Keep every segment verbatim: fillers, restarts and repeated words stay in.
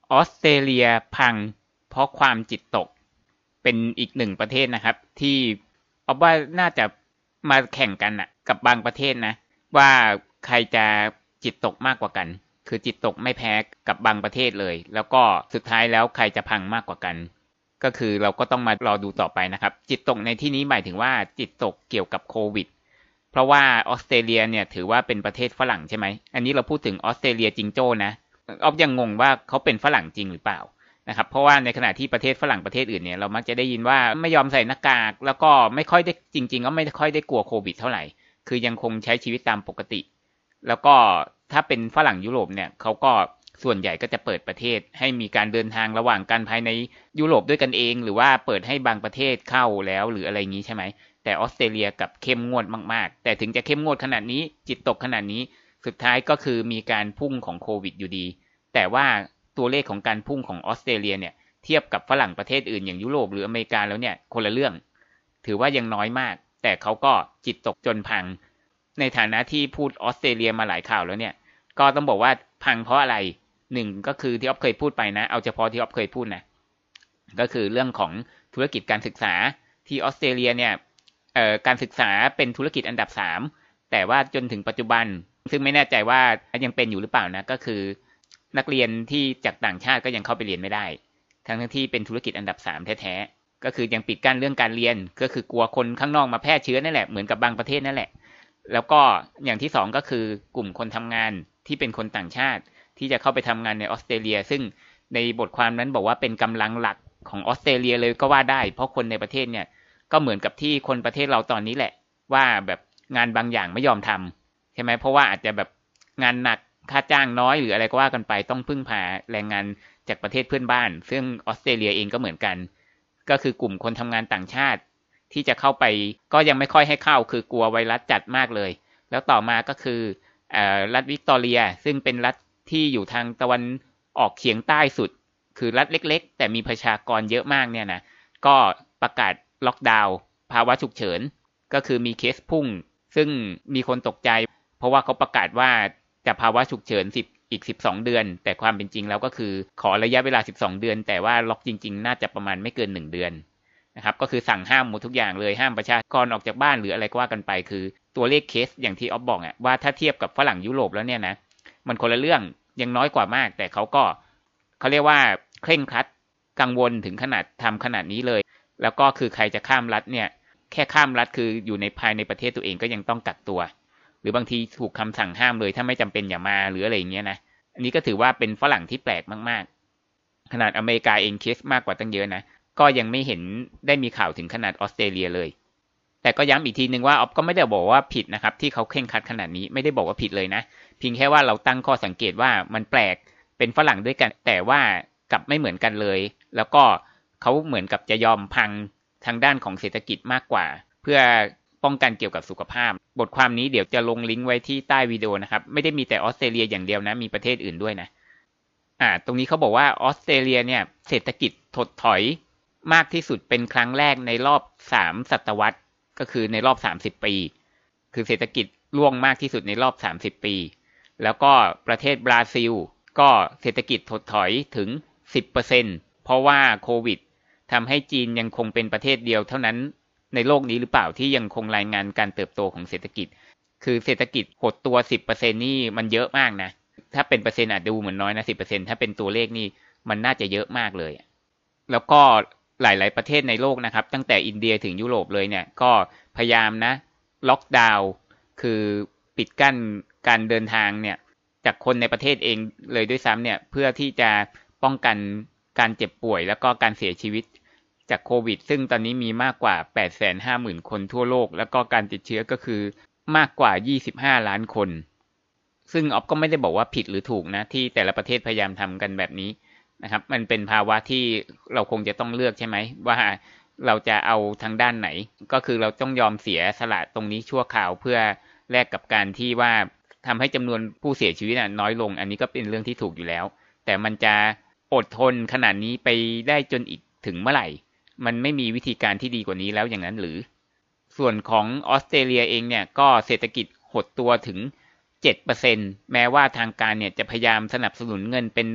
ออสเตรเลียพังเพราะความจิตตกเป็นอีกหนึ่งประเทศนะครับที่เอาว่าน่าจะมาแข่งกันนะกับบางประเทศนะว่าใครจะจิตตกมากกว่ากันคือจิตตกไม่แพ้กับบางประเทศเลยแล้วก็สุดท้ายแล้วใครจะพังมากกว่ากันก็คือเราก็ต้องมารอดูต่อไปนะครับจิตตกในที่นี้หมายถึงว่าจิตตกเกี่ยวกับโควิดเพราะว่าออสเตรเลียเนี่ยถือว่าเป็นประเทศฝรั่งใช่ไหมอันนี้เราพูดถึงออสเตรเลียจิงโจ้นะออฟยังงงว่าเขาเป็นฝรั่งจริงหรือเปล่านะครับเพราะว่าในขณะที่ประเทศฝรั่งประเทศอื่นเนี่ยเรามักจะได้ยินว่าไม่ยอมใส่หน้ากากแล้วก็ไม่ค่อยได้จริงๆก็ไม่ค่อยได้กลัวโควิดเท่าไหร่คือยังคงใช้ชีวิตตามปกติแล้วก็ถ้าเป็นฝรั่งยุโรปเนี่ยเขาก็ส่วนใหญ่ก็จะเปิดประเทศให้มีการเดินทางระหว่างกันภายในยุโรปด้วยกันเองหรือว่าเปิดให้บางประเทศเข้าแล้วหรืออะไรอย่างนี้ใช่ไหมแต่ออสเตรเลียกับเข้มงวดมากๆแต่ถึงจะเข้มงวดขนาดนี้จิตตกขนาดนี้สุดท้ายก็คือมีการพุ่งของโควิดอยู่ดีแต่ว่าตัวเลขของการพุ่งของออสเตรเลียเนี่ยเทียบกับฝรั่งประเทศอื่นอย่างยุโรปหรืออเมริกาแล้วเนี่ยคนละเรื่องถือว่ายังน้อยมากแต่เขาก็จิตตกจนพังในฐานะที่พูดออสเตรเลียมาหลายข่าวแล้วเนี่ยก็ต้องบอกว่าพังเพราะอะไรหนึ่งก็คือที่อ๊อฟเคยพูดไปนะเอาเฉพาะที่อ๊อฟเคยพูดนะก็คือเรื่องของธุรกิจการศึกษาที่ออสเตรเลียเนี่ยเอ่อการศึกษาเป็นธุรกิจอันดับสามแต่ว่าจนถึงปัจจุบันซึ่งไม่แน่ใจว่ายังเป็นอยู่หรือเปล่านะก็คือนักเรียนที่จากต่างชาติก็ยังเข้าไปเรียนไม่ได้ทั้งที่เป็นธุรกิจอันดับสามแท้ๆก็คือยังปิดกั้นเรื่องการเรียนก็คือกลัวคนข้างนอกมาแพร่เชื้อนั่นแหละเหมือนกับบางประเทศนั่นแหละแล้วก็อย่างที่สองก็คือกลุ่มคนทำงานที่เป็นคนต่างชาติที่จะเข้าไปทำงานในออสเตรเลียซึ่งในบทความนั้นบอกว่าเป็นกำลังหลักของออสเตรเลียเลยก็ว่าได้เพราะคนในประเทศเนี่ยก็เหมือนกับที่คนประเทศเราตอนนี้แหละว่าแบบงานบางอย่างไม่ยอมทำใช่ไหมเพราะว่าอาจจะแบบงานหนักค่าจ้างน้อยหรืออะไรก็ว่ากันไปต้องพึ่งพาแรงงานจากประเทศเพื่อนบ้านซึ่งออสเตรเลียเองก็เหมือนกันก็คือกลุ่มคนทำงานต่างชาติที่จะเข้าไปก็ยังไม่ค่อยให้เข้าคือกลัวไวรัสจัดมากเลยแล้วต่อมาก็คือรัฐวิกตอเรียซึ่งเป็นรัฐที่อยู่ทางตะวันออกเฉียงใต้สุดคือรัฐเล็กๆแต่มีประชากรเยอะมากเนี่ยนะก็ประกาศล็อกดาวน์ภาวะฉุกเฉินก็คือมีเคสพุ่งซึ่งมีคนตกใจเพราะว่าเขาประกาศว่าจะภาวะฉุกเฉินสิบอีกสิบสองเดือนแต่ความเป็นจริงแล้วก็คือขอระยะเวลาสิบสองเดือนแต่ว่าล็อกจริงๆน่าจะประมาณไม่เกินหนึ่งเดือนนะครับก็คือสั่งห้ามหมดทุกอย่างเลยห้ามประชากรออกจากบ้านหรืออะไรก็ว่ากันไปคือตัวเลขเคสอย่างที่อ๊อฟบอกอ่ะว่าถ้าเทียบกับฝรั่งยุโรปแล้วเนี่ยนะมันคนละเรื่องยังน้อยกว่ามากแต่เขาก็เขาเรียกว่าเคร่งครัดกังวลถึงขนาดทำขนาดนี้เลยแล้วก็คือใครจะข้ามรัฐเนี่ยแค่ข้ามรัฐคืออยู่ในภายในประเทศตัวเองก็ยังต้องกักตัวหรือบางทีถูกคำสั่งห้ามเลยถ้าไม่จำเป็นอย่ามาหรืออะไรอย่างเงี้ยนะอันนี้ก็ถือว่าเป็นฝรั่งที่แปลกมากๆขนาดอเมริกาเองเคสมากกว่าตั้งเยอะนะก็ยังไม่เห็นได้มีข่าวถึงขนาดออสเตรเลียเลยแต่ก็ย้ำอีกทีนึงว่าอ๊อฟก็ไม่ได้บอกว่าผิดนะครับที่เขาเคร่งครัดขนาดนี้ไม่ได้บอกว่าผิดเลยนะเพียงแค่ว่าเราตั้งข้อสังเกตว่ามันแปลกเป็นฝรั่งด้วยกันแต่ว่ากลับไม่เหมือนกันเลยแล้วก็เขาเหมือนกับจะยอมพังทางด้านของเศรษฐกิจมากกว่าเพื่อป้องกันเกี่ยวกับสุขภาพบทความนี้เดี๋ยวจะลงลิงก์ไว้ที่ใต้วิดีโอนะครับไม่ได้มีแต่ออสเตรเลียอย่างเดียวนะมีประเทศอื่นด้วยนะอ่าตรงนี้เขาบอกว่าออสเตรเลียเนี่ยเศรษฐกิจถดถอยมากที่สุดเป็นครั้งแรกในรอบสามศตวรรษก็คือในรอบสามสิบปีคือเศรษฐกิจร่วงมากที่สุดในรอบสามสิบปีแล้วก็ประเทศบราซิลก็เศรษฐกิจถดถอยถึง สิบเปอร์เซ็นต์ เพราะว่าโควิดทำให้จีนยังคงเป็นประเทศเดียวเท่านั้นในโลกนี้หรือเปล่าที่ยังคงรายงานการเติบโตของเศรษฐกิจคือเศรษฐกิจหดตัว สิบเปอร์เซ็นต์ นี่มันเยอะมากนะถ้าเป็นเปอร์เซ็นต์อาจดูเหมือนน้อยนะ สิบเปอร์เซ็นต์ ถ้าเป็นตัวเลขนี่มันน่าจะเยอะมากเลยแล้วก็หลายๆประเทศในโลกนะครับตั้งแต่อินเดียถึงยุโรปเลยเนี่ยก็พยายามนะล็อกดาวน์คือปิดกั้นการเดินทางเนี่ยจากคนในประเทศเองเลยด้วยซ้ำเนี่ยเพื่อที่จะป้องกันการเจ็บป่วยแล้วก็การเสียชีวิตจากโควิดซึ่งตอนนี้มีมากกว่า แปดแสนห้าหมื่น คนทั่วโลกแล้วก็การติดเชื้อก็คือมากกว่ายี่สิบห้าล้านคนซึ่งอ๊อฟก็ไม่ได้บอกว่าผิดหรือถูกนะที่แต่ละประเทศพยายามทำกันแบบนี้นะครับมันเป็นภาวะที่เราคงจะต้องเลือกใช่ไหมว่าเราจะเอาทางด้านไหนก็คือเราต้องยอมเสียสละตรงนี้ชั่วคราวเพื่อแลกกับการที่ว่าทำให้จำนวนผู้เสียชีวิตน้อยลงอันนี้ก็เป็นเรื่องที่ถูกอยู่แล้วแต่มันจะอดทนขนาดนี้ไปได้จนอีกถึงเมื่อไหร่มันไม่มีวิธีการที่ดีกว่านี้แล้วอย่างนั้นหรือส่วนของออสเตรเลียเองเนี่ยก็เศรษฐกิจหดตัวถึง เจ็ดเปอร์เซ็นต์ แม้ว่าทางการเนี่ยจะพยายามสนับสนุนเงินเป็น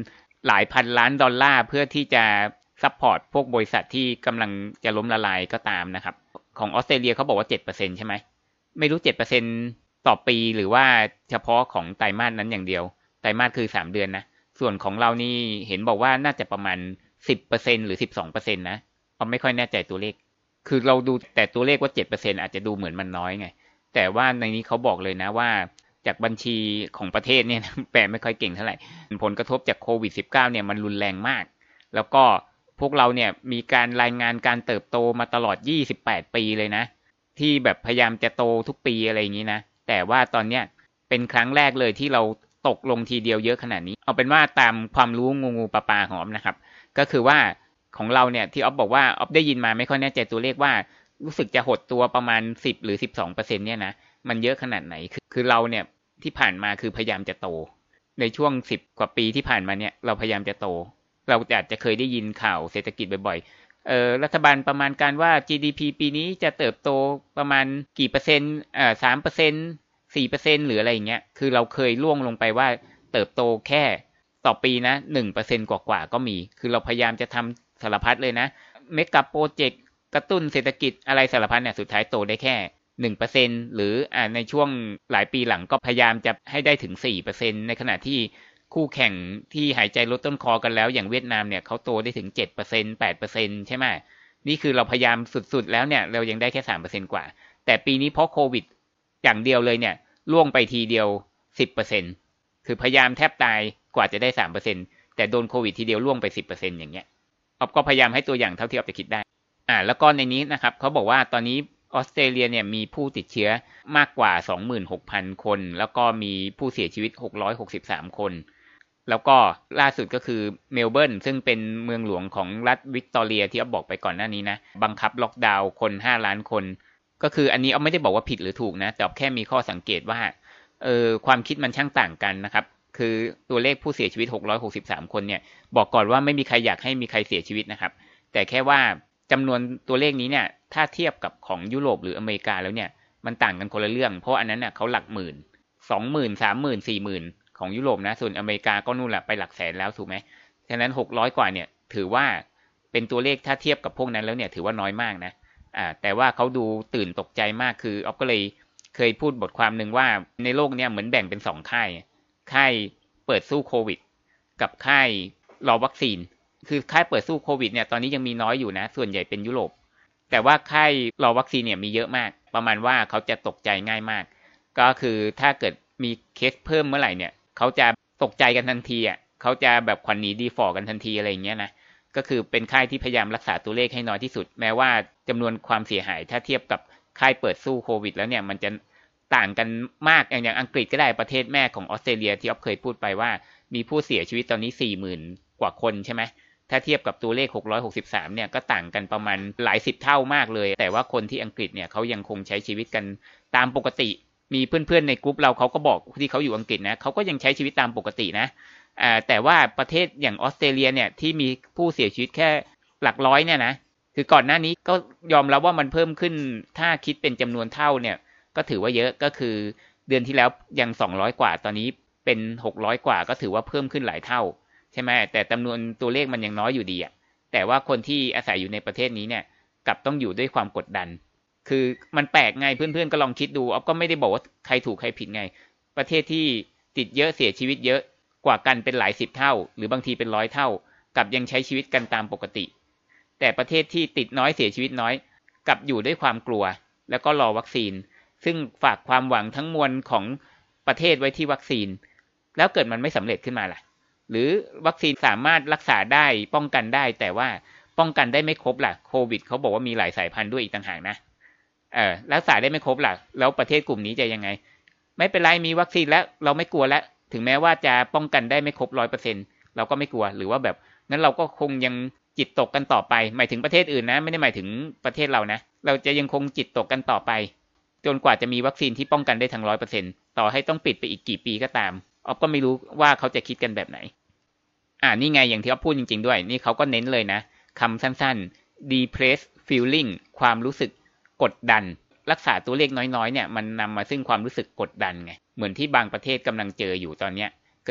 หลายพันล้านดอลลาร์เพื่อที่จะซัพพอร์ตพวกบริษัทที่กำลังจะล้มละลายก็ตามนะครับของออสเตรเลียเขาบอกว่า เจ็ดเปอร์เซ็นต์ ใช่ไหมไม่รู้ เจ็ดเปอร์เซ็นต์ ต่อปีหรือว่าเฉพาะของไตรมาสนั้นอย่างเดียวไตรมาสคือสามเดือนนะส่วนของเรานี่เห็นบอกว่าน่าจะประมาณ สิบเปอร์เซ็นต์ หรือ สิบสองเปอร์เซ็นต์ นะเราไม่ค่อยแน่ใจตัวเลขคือเราดูแต่ตัวเลขว่า เจ็ดเปอร์เซ็นต์ อาจจะดูเหมือนมันน้อยไงแต่ว่าในนี้เขาบอกเลยนะว่าจากบัญชีของประเทศเนี่ยแปลไม่ค่อยเก่งเท่าไหร่ผลกระทบจากโควิด สิบเก้า เนี่ยมันรุนแรงมากแล้วก็พวกเราเนี่ยมีการรายงานการเติบโตมาตลอดยี่สิบแปดปีเลยนะที่แบบพยายามจะโตทุกปีอะไรอย่างนี้นะแต่ว่าตอนเนี้ยเป็นครั้งแรกเลยที่เราตกลงทีเดียวเยอะขนาดนี้เอาเป็นว่าตามความรู้งูงูปลาปลาของอ๊อฟนะครับก็คือว่าของเราเนี่ยที่อ๊อฟบอกว่าอ๊อฟได้ยินมาไม่ค่อยแน่ใจตัวเลขว่ารู้สึกจะหดตัวประมาณสิบหรือ สิบสองเปอร์เซ็นต์ เนี่ยนะมันเยอะขนาดไหนคือคือเราเนี่ยที่ผ่านมาคือพยายามจะโตในช่วงสิบกว่าปีที่ผ่านมาเนี่ยเราพยายามจะโตเราอาจจะเคยได้ยินข่าวเศรษฐกิจบ่อยๆเอ่อรัฐบาลประมาณการว่า จี ดี พี ปีนี้จะเติบโตประมาณกี่เปอร์เซ็นต์เอ่อ สามเปอร์เซ็นต์ สี่เปอร์เซ็นต์ หรืออะไรอย่างเงี้ยคือเราเคยล่วงลงไปว่าเติบโตแค่ต่อปีนะ หนึ่งเปอร์เซ็นต์ กว่าๆก็มีคือเราพยายามจะทำสารพัดเลยนะเมกะโปรเจกต์กระตุ้นเศรษฐกิจอะไรสารพัดเนี่ยสุดท้ายโตได้แค่ หนึ่งเปอร์เซ็นต์ หรืออ่าในช่วงหลายปีหลังก็พยายามจะให้ได้ถึง สี่เปอร์เซ็นต์ ในขณะที่คู่แข่งที่หายใจลดต้นคอกันแล้วอย่างเวียดนามเนี่ยเขาโตได้ถึง เจ็ดเปอร์เซ็นต์ แปดเปอร์เซ็นต์ ใช่ไหมนี่คือเราพยายามสุดๆแล้วเนี่ยเรายังได้แค่ สามเปอร์เซ็นต์ กว่าแต่ปีนี้เพราะโควิดอย่างเดียวเลยเนี่ยล่วงไปทีเดียว สิบเปอร์เซ็นต์ คือพยายามแทบตายกว่าจะได้ สามเปอร์เซ็นต์ แต่โดนโควิดทีเดียวล่วงไป สิบเปอร์เซ็นต์ อย่างเงี้ยอ๊อฟก็พยายามให้ตัวอย่างเท่าที่อ๊อฟจะคิดได้อ่าแล้วก็ในนี้นะครับเขาบอกว่าตอนนี้ออสเตรเลียเนี่ยมีผู้ติดเชื้อมากกว่า สองหมื่นหกพัน คนแล้วก็มีผู้เสียชีวิตหกร้อยหกสิบสามคนแล้วก็ล่าสุดก็คือเมลเบิร์นซึ่งเป็นเมืองหลวงของรัฐวิกตอเรียที่อ๊อฟบอกไปก่อนหน้านี้นะบังคับล็อกดาวน์คนห้าล้านคนก็คืออันนี้อ๊อฟไม่ได้บอกว่าผิดหรือถูกนะแต่อ๊อฟแค่มีข้อสังเกตว่าเออความคิดมันช่างต่างกันนะครับคือตัวเลขผู้เสียชีวิตหกร้อยหกสิบสามคนเนี่ยบอกก่อนว่าไม่มีใครอยากให้มีใครเสียชีวิตนะครับแต่แค่ว่าจำนวนตัวเลขนี้เนี่ยถ้าเทียบกับของยุโรปหรืออเมริกาแล้วเนี่ยมันต่างกันคนละเรื่องเพราะอันนั้นเน่ยเขาหลักหมื่นสองหมื่นสามหมื่นสี่หมื่นของยุโรปนะส่วนอเมริกาก็นู่นแหละไปหลักแสนแล้วถูกไหมฉะนั้นหกร้อยกว่าเนี่ยถือว่าเป็นตัวเลขถ้าเทียบกับพวกนั้นแล้วเนี่ยถือว่าน้อยมากนะอ่าแต่ว่าเขาดูตื่นตกใจมากคืออ๊อฟก็เลยเคยพูดบทความหนึ่งว่าในโลกเนี่ยเหมือนแบ่งเป็นสองค่ายค่ายเปิดสู้โควิดกับค่ายรอวัคซีนคือค่ายเปิดสู้โควิดเนี่ยตอนนี้ยังมีน้อยอยู่นะส่วนใหญ่เป็นยุโรปแต่ว่าค่ายรอวัคซีนเนี่ยมีเยอะมากประมาณว่าเขาจะตกใจง่ายมากก็คือถ้าเกิดมีเคสเพิ่มเมื่อไหร่เนี่ยเขาจะตกใจกันทันทีอ่ะเขาจะแบบขวัญหนีดีฟอร์กันทันทีอะไรอย่างเงี้ยนะก็คือเป็นค่ายที่พยายามรักษาตัวเลขให้น้อยที่สุดแม้ว่าจำนวนความเสียหายถ้าเทียบกับค่ายเปิดสู้โควิดแล้วเนี่ยมันจะต่างกันมากอย่างอย่างอังกฤษก็ได้ประเทศแม่ของออสเตรเลียที่อ๊อฟเคยพูดไปว่ามีผู้เสียชีวิตตอนนี้ สี่หมื่น กว่าคนใช่ไหมถ้าเทียบกับตัวเลขหกร้อยหกสิบสามเนี่ยก็ต่างกันประมาณหลายสิบเท่ามากเลยแต่ว่าคนที่อังกฤษเนี่ยเขายังคงใช้ชีวิตกันตามปกติมีเพื่อนๆในกลุ่มเราเขาก็บอกที่เขาอยู่อังกฤษนะเขาก็ยังใช้ชีวิตตามปกตินะอ่าแต่ว่าประเทศอย่างออสเตรเลียเนี่ยที่มีผู้เสียชีวิตแค่หลักร้อยเนี่ยนะคือก่อนหน้านี้ก็ยอมรับว่ามันเพิ่มขึ้นถ้าคิดเป็นจำนวนเท่าเนี่ยก็ถือว่าเยอะก็คือเดือนที่แล้วยังสองร้อยกว่าตอนนี้เป็นหกร้อยกว่าก็ถือว่าเพิ่มขึ้นหลายเท่าใช่ไหมแต่จำนวนตัวเลขมันยังน้อยอยู่ดีอ่ะแต่ว่าคนที่อาศัยอยู่ในประเทศนี้เนี่ยกลับต้องอยู่ด้วยความกดดันคือมันแปลกไงเพื่อนๆก็ลองคิดดูอ๊อฟก็ไม่ได้บอกว่าใครถูกใครผิดไงประเทศที่ติดเยอะเสียชีวิตเยอะกว่ากันเป็นหลายสิบเท่าหรือบางทีเป็นร้อยเท่ากับยังใช้ชีวิตกันตามปกติแต่ประเทศที่ติดน้อยเสียชีวิตน้อยกับอยู่ด้วยความกลัวแล้วก็รอวัคซีนซึ่งฝากความหวังทั้งมวลของประเทศไว้ที่วัคซีนแล้วเกิดมันไม่สำเร็จขึ้นมาล่ะหรือวัคซีนสามารถรักษาได้ป้องกันได้แต่ว่าป้องกันได้ไม่ครบล่ะโควิดเขาบอกว่ามีหลายสายพันธุ์ด้วยอีกต่างหากนะเออรักษาได้ไม่ครบล่ะแล้วประเทศกลุ่มนี้จะยังไงไม่เป็นไรมีวัคซีนแล้วเราไม่กลัวแล้วถึงแม้ว่าจะป้องกันได้ไม่ครบ ร้อยเปอร์เซ็นต์ เราก็ไม่กลัวหรือว่าแบบงั้นเราก็คงยังจิตตกกันต่อไปหมายถึงประเทศอื่นนะไม่ได้หมายถึงประเทศเรานะเราจะยังคงจิตตกกันต่อไปจนกว่าจะมีวัคซีนที่ป้องกันได้ทั้ง ร้อยเปอร์เซ็นต์ ต่อให้ต้องปิดไปอีกกี่ปีก็ตามอ๊อฟก็ไม่รู้ว่าเขาจะคิดกันแบบไหนอ่านี่ไงอย่างที่อ๊อฟพูดจริงๆด้วยนี่เขาก็เน้นเลยนะคำสั้นๆ depressed feeling ความรู้สึกกดดันรักษาตัวเลขน้อยๆเนี่ยมันนำมาซึ่งความรู้สึกกดดันไงเหมือนที่บางประเทศกำลังเจออยู่ตอนเนี้ยก็คือ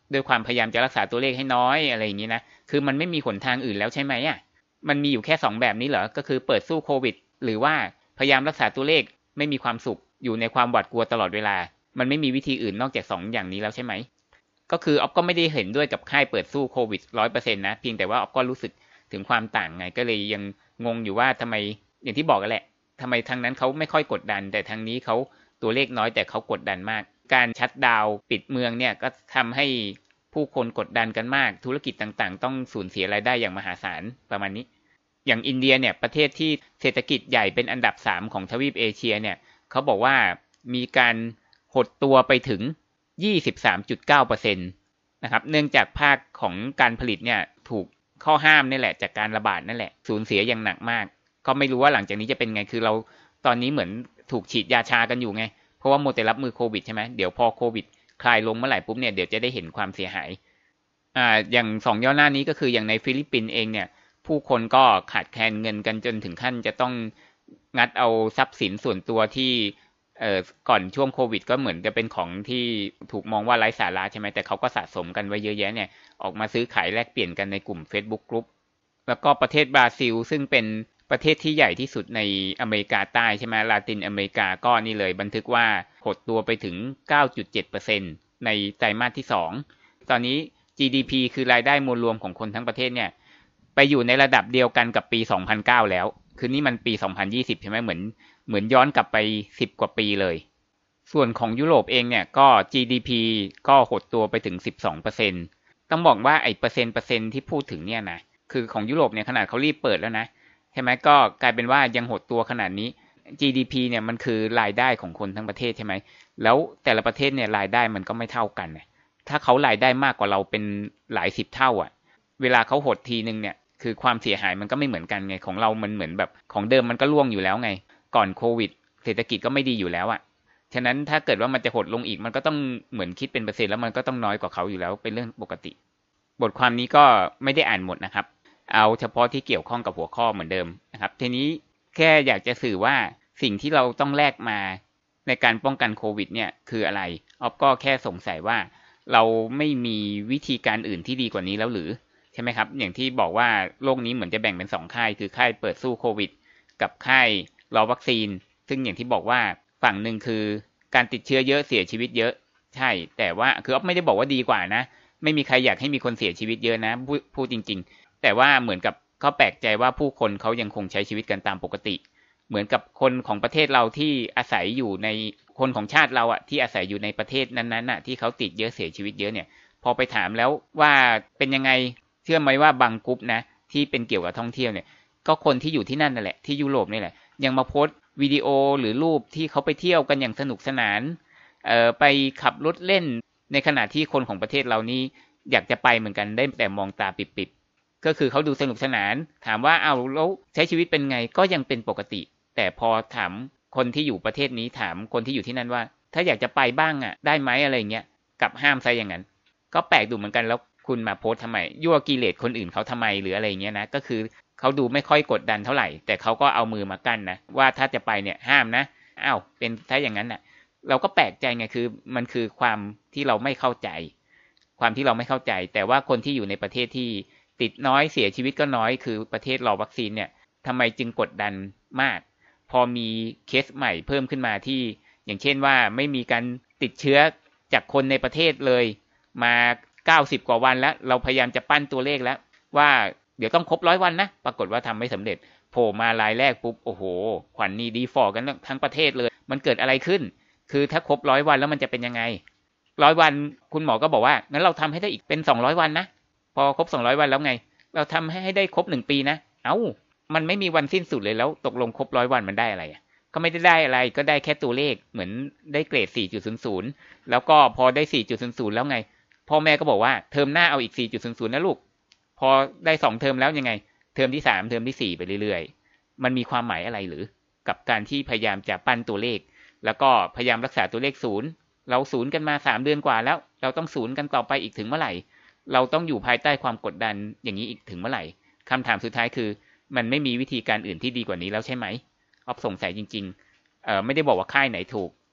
ด้วยความพยายามจะรักษาตัวเลขให้น้อยอะไรอย่างนี้นะคือมันไม่มีหนทางอื่นแล้วใช่ไหมอ่ะมันมีอยู่แค่สองแบบนี้เหรอก็คือเปิดสู้โควิดหรือว่าพยายามรักษาตัวเลขไม่มีความสุขอยู่ในความหวาดกลัวตลอดเวลามันไม่มีวิธีอื่นนอกจากสองอย่างนี้แล้วใช่ไหมก็คืออ๊อฟก็ไม่ได้เห็นด้วยกับค่ายเปิดสู้โควิด ร้อยเปอร์เซ็นต์ นะเพียงแต่ว่าอ๊อฟก็รู้สึกถึงความต่างไงก็เลยยังงงอยู่ว่าทำไมอย่างที่บอกกันแหละทำไมทางนั้นเขาไม่ค่อยกดดันแต่ทางนี้เขาตัวเลขน้อยแต่เขากดดันมากการชัตดาวน์ปิดเมืองเนี่ยก็ทำให้ผู้คนกดดันกันมากธุรกิจต่างๆต้องสูญเสียรายได้อย่างมหาศาลประมาณนี้อย่างอินเดียเนี่ยประเทศที่เศรษฐกิจใหญ่เป็นอันดับสามของทวีปเอเชียเนี่ยเขาบอกว่ามีการหดตัวไปถึง ยี่สิบสามจุดเก้าเปอร์เซ็นต์ นะครับเนื่องจากภาคของการผลิตเนี่ยถูกข้อห้ามนี่แหละจากการระบาดนั่นแหละสูญเสียอย่างหนักมากก็ไม่รู้ว่าหลังจากนี้จะเป็นไงคือเราตอนนี้เหมือนถูกฉีดยาชากันอยู่ไงเพราะว่าโมเตรับมือโควิดใช่ไหมเดี๋ยวพอโควิดคลายลงเมื่อไหร่ปุ๊บเนี่ยเดี๋ยวจะได้เห็นความเสียหายอ่าอย่างสองย่อหน้านี้ก็คืออย่างในฟิลิปปินส์เองเนี่ยผู้คนก็ขาดแคลนเงินกันจนถึงขั้นจะต้องงัดเอาทรัพย์สินส่วนตัวที่เอ่อก่อนช่วงโควิดก็เหมือนจะเป็นของที่ถูกมองว่าไร้สาระใช่ไหมแต่เขาก็สะสมกันไว้เยอะแยะเนี่ยออกมาซื้อขายแลกเปลี่ยนกันในกลุ่ม Facebook Group แล้วก็ประเทศบราซิลซึ่งเป็นประเทศที่ใหญ่ที่สุดในอเมริกาใต้ใช่ไหมลาตินอเมริกาก็นี่เลยบันทึกว่าหดตัวไปถึง เก้าจุดเจ็ดเปอร์เซ็นต์ ในไตรมาสที่สองตอนนี้ จี ดี พี คือรายได้มวลรวมของคนทั้งประเทศเนี่ยไปอยู่ในระดับเดียวกันกับปีสองพันเก้าแล้วคือนี่มันปีสองพันยี่สิบใช่ไหมเหมือนเหมือนย้อนกลับไปสิบกว่าปีเลยส่วนของยุโรปเองเนี่ยก็ จี ดี พี ก็หดตัวไปถึง สิบสองเปอร์เซ็นต์ ต้องบอกว่าไอ้เปอร์เซ็นต์เปอร์เซ็นต์ที่พูดถึงเนี่ยนะคือของยุโรปเนี่ยขนาดเขารีบเปิดแล้วนะใช่ไหมก็กลายเป็นว่ายังหดตัวขนาดนี้ จี ดี พี เนี่ยมันคือรายได้ของคนทั้งประเทศใช่ไหมแล้วแต่ละประเทศเนี่ยรายได้มันก็ไม่เท่ากันนะถ้าเขารายได้มากกว่าเราเป็นหลายสิบเท่าอ่ะเวลาเขาหดทีนึงเนี่ยคือความเสียหายมันก็ไม่เหมือนกันไงของเรามันเหมือนแบบของเดิมมันก็ร่วงอยู่แล้วไงก่อนโควิดเศรษฐกิจก็ไม่ดีอยู่แล้วอ่ะฉะนั้นถ้าเกิดว่ามันจะหดลงอีกมันก็ต้องเหมือนคิดเป็นเปอร์เซ็นต์แล้วมันก็ต้องน้อยกว่าเขาอยู่แล้วเป็นเรื่องปกติบทความนี้ก็ไม่ได้อ่านหมดนะครับเอาเฉพาะที่เกี่ยวข้องกับหัวข้อเหมือนเดิมนะครับทีนี้แค่อยากจะสื่อว่าสิ่งที่เราต้องแลกมาในการป้องกันโควิดเนี่ยคืออะไรออฟก็แค่สงสัยว่าเราไม่มีวิธีการอื่นที่ดีกว่านี้แล้วหรือใช่ไหมครับอย่างที่บอกว่าโลกนี้เหมือนจะแบ่งเป็นสองค่ายคือค่ายเปิดสู้โควิดกับค่ายรอวัคซีนซึ่งอย่างที่บอกว่าฝั่งหนึ่งคือการติดเชื้อเยอะเสียชีวิตเยอะใช่แต่ว่าคืออ๊อฟไม่ได้บอกว่าดีกว่านะไม่มีใครอยากให้มีคนเสียชีวิตเยอะนะพูดจริงๆแต่ว่าเหมือนกับเขาแปลกใจว่าผู้คนเขายังคงใช้ชีวิตกันตามปกติเหมือนกับคนของประเทศเราที่อาศัยอยู่ในคนของชาติเราอะที่อาศัยอยู่ในประเทศนั้นๆอะที่เขาติดเยอะเสียชีวิตเยอะเนี่ยพอไปถามแล้วว่าเป็นยังไงเชื่อไหมว่าบางกรุ๊ปนะที่เป็นเกี่ยวกับท่องเที่ยวเนี่ยก็คนที่อยู่ที่นั่นนั่นแหละที่ยุโรปนี่แหละยังมาโพสต์วิดีโอหรือรูปที่เขาไปเที่ยวกันอย่างสนุกสนานเอ่อไปขับรถเล่นในขณะที่คนของประเทศเรานี่อยากจะไปเหมือนกันได้แต่มองตาปิบๆก็คือเขาดูสนุกสนานถามว่าเอาแล้วใช้ชีวิตเป็นไงก็ยังเป็นปกติแต่พอถามคนที่อยู่ประเทศนี้ถามคนที่อยู่ที่นั่นว่าถ้าอยากจะไปบ้างอ่ะได้ไหมอะไรเงี้ยกลับห้ามซะอย่างนั้นก็แปลกดูเหมือนกันแล้วคุณมาโพสทำไมยั่วกิเลสคนอื่นเขาทำไมหรืออะไรเงี้ยนะก็คือเขาดูไม่ค่อยกดดันเท่าไหร่แต่เขาก็เอามือมากั้นนะว่าถ้าจะไปเนี่ยห้ามนะอ้าวเป็นถ้าอย่างนั้นน่ะเราก็แปลกใจไงคือมันคือความที่เราไม่เข้าใจความที่เราไม่เข้าใจแต่ว่าคนที่อยู่ในประเทศที่ติดน้อยเสียชีวิตก็น้อยคือประเทศรอวัคซีนเนี่ยทำไมจึงกดดันมากพอมีเคสใหม่เพิ่มขึ้นมาที่อย่างเช่นว่าไม่มีการติดเชื้อจากคนในประเทศเลยมาเก้าสิบกว่าวันแล้วเราพยายามจะปั้นตัวเลขแล้วว่าเดี๋ยวต้องครบร้อยวันนะปรากฏว่าทำไม่สำเร็จโผล่มารายแรกปุ๊บโอ้โหขวัญนี่ดีฟอร์กันทั้งประเทศเลยมันเกิดอะไรขึ้นคือถ้าครบร้อยวันแล้วมันจะเป็นยังไงร้อยวันคุณหมอก็บอกว่างั้นเราทำให้ได้อีกเป็นสองร้อยวันนะพอครบสองร้อยวันแล้วไงเราทำให้ได้ครบหนึ่งปีนะเอ้ามันไม่มีวันสิ้นสุดเลยแล้วตกลงครบร้อยวันมันได้อะไรอ่ะก็ไม่ได้ได้อะไรก็ได้แค่ตัวเลขเหมือนได้เกรด สี่จุดศูนย์ศูนย์ แล้วก็พอได้ สี่จุดศูนย์ศูนย์ แล้วไงพ่อแม่ก็บอกว่าเทอมหน้าเอาอีก สี่จุดศูนย์ศูนย์ นะลูกพอได้สองเทอมแล้วยังไงเทอมที่สามเทอมที่สี่ไปเรื่อยๆมันมีความหมายอะไรหรือกับการที่พยายามจะปั้นตัวเลขแล้วก็พยายามรักษาตัวเลขศูนย์เราศูนย์กันมาสามเดือนกว่าแล้วเราต้องศูนย์กันต่อไปอีกถึงเมื่อไหร่เราต้องอยู่ภายใต้ความกดดันอย่างนี้อีกถึงเมื่อไหร่คำถามสุดท้ายคือมันไม่มีวิธีการอื่นที่ดีกว่านี้แล้วใช่ไหมอ๊อฟสงสัยจริงๆเอ่อไม่ได้บอกว่าค่ายไหนถูก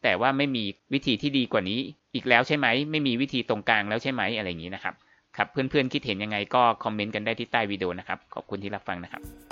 แต่ว่าไม่มีวิธีที่ดีกว่านี้อีกแล้วใช่ไหมไม่มีวิธีตรงกลางแล้วใช่ไหมอะไรอย่างนี้นะครับครับเพื่อนๆคิดเห็นยังไงก็คอมเมนต์กันได้ที่ใต้วิดีโอนะครับขอบคุณที่รับฟังนะครับ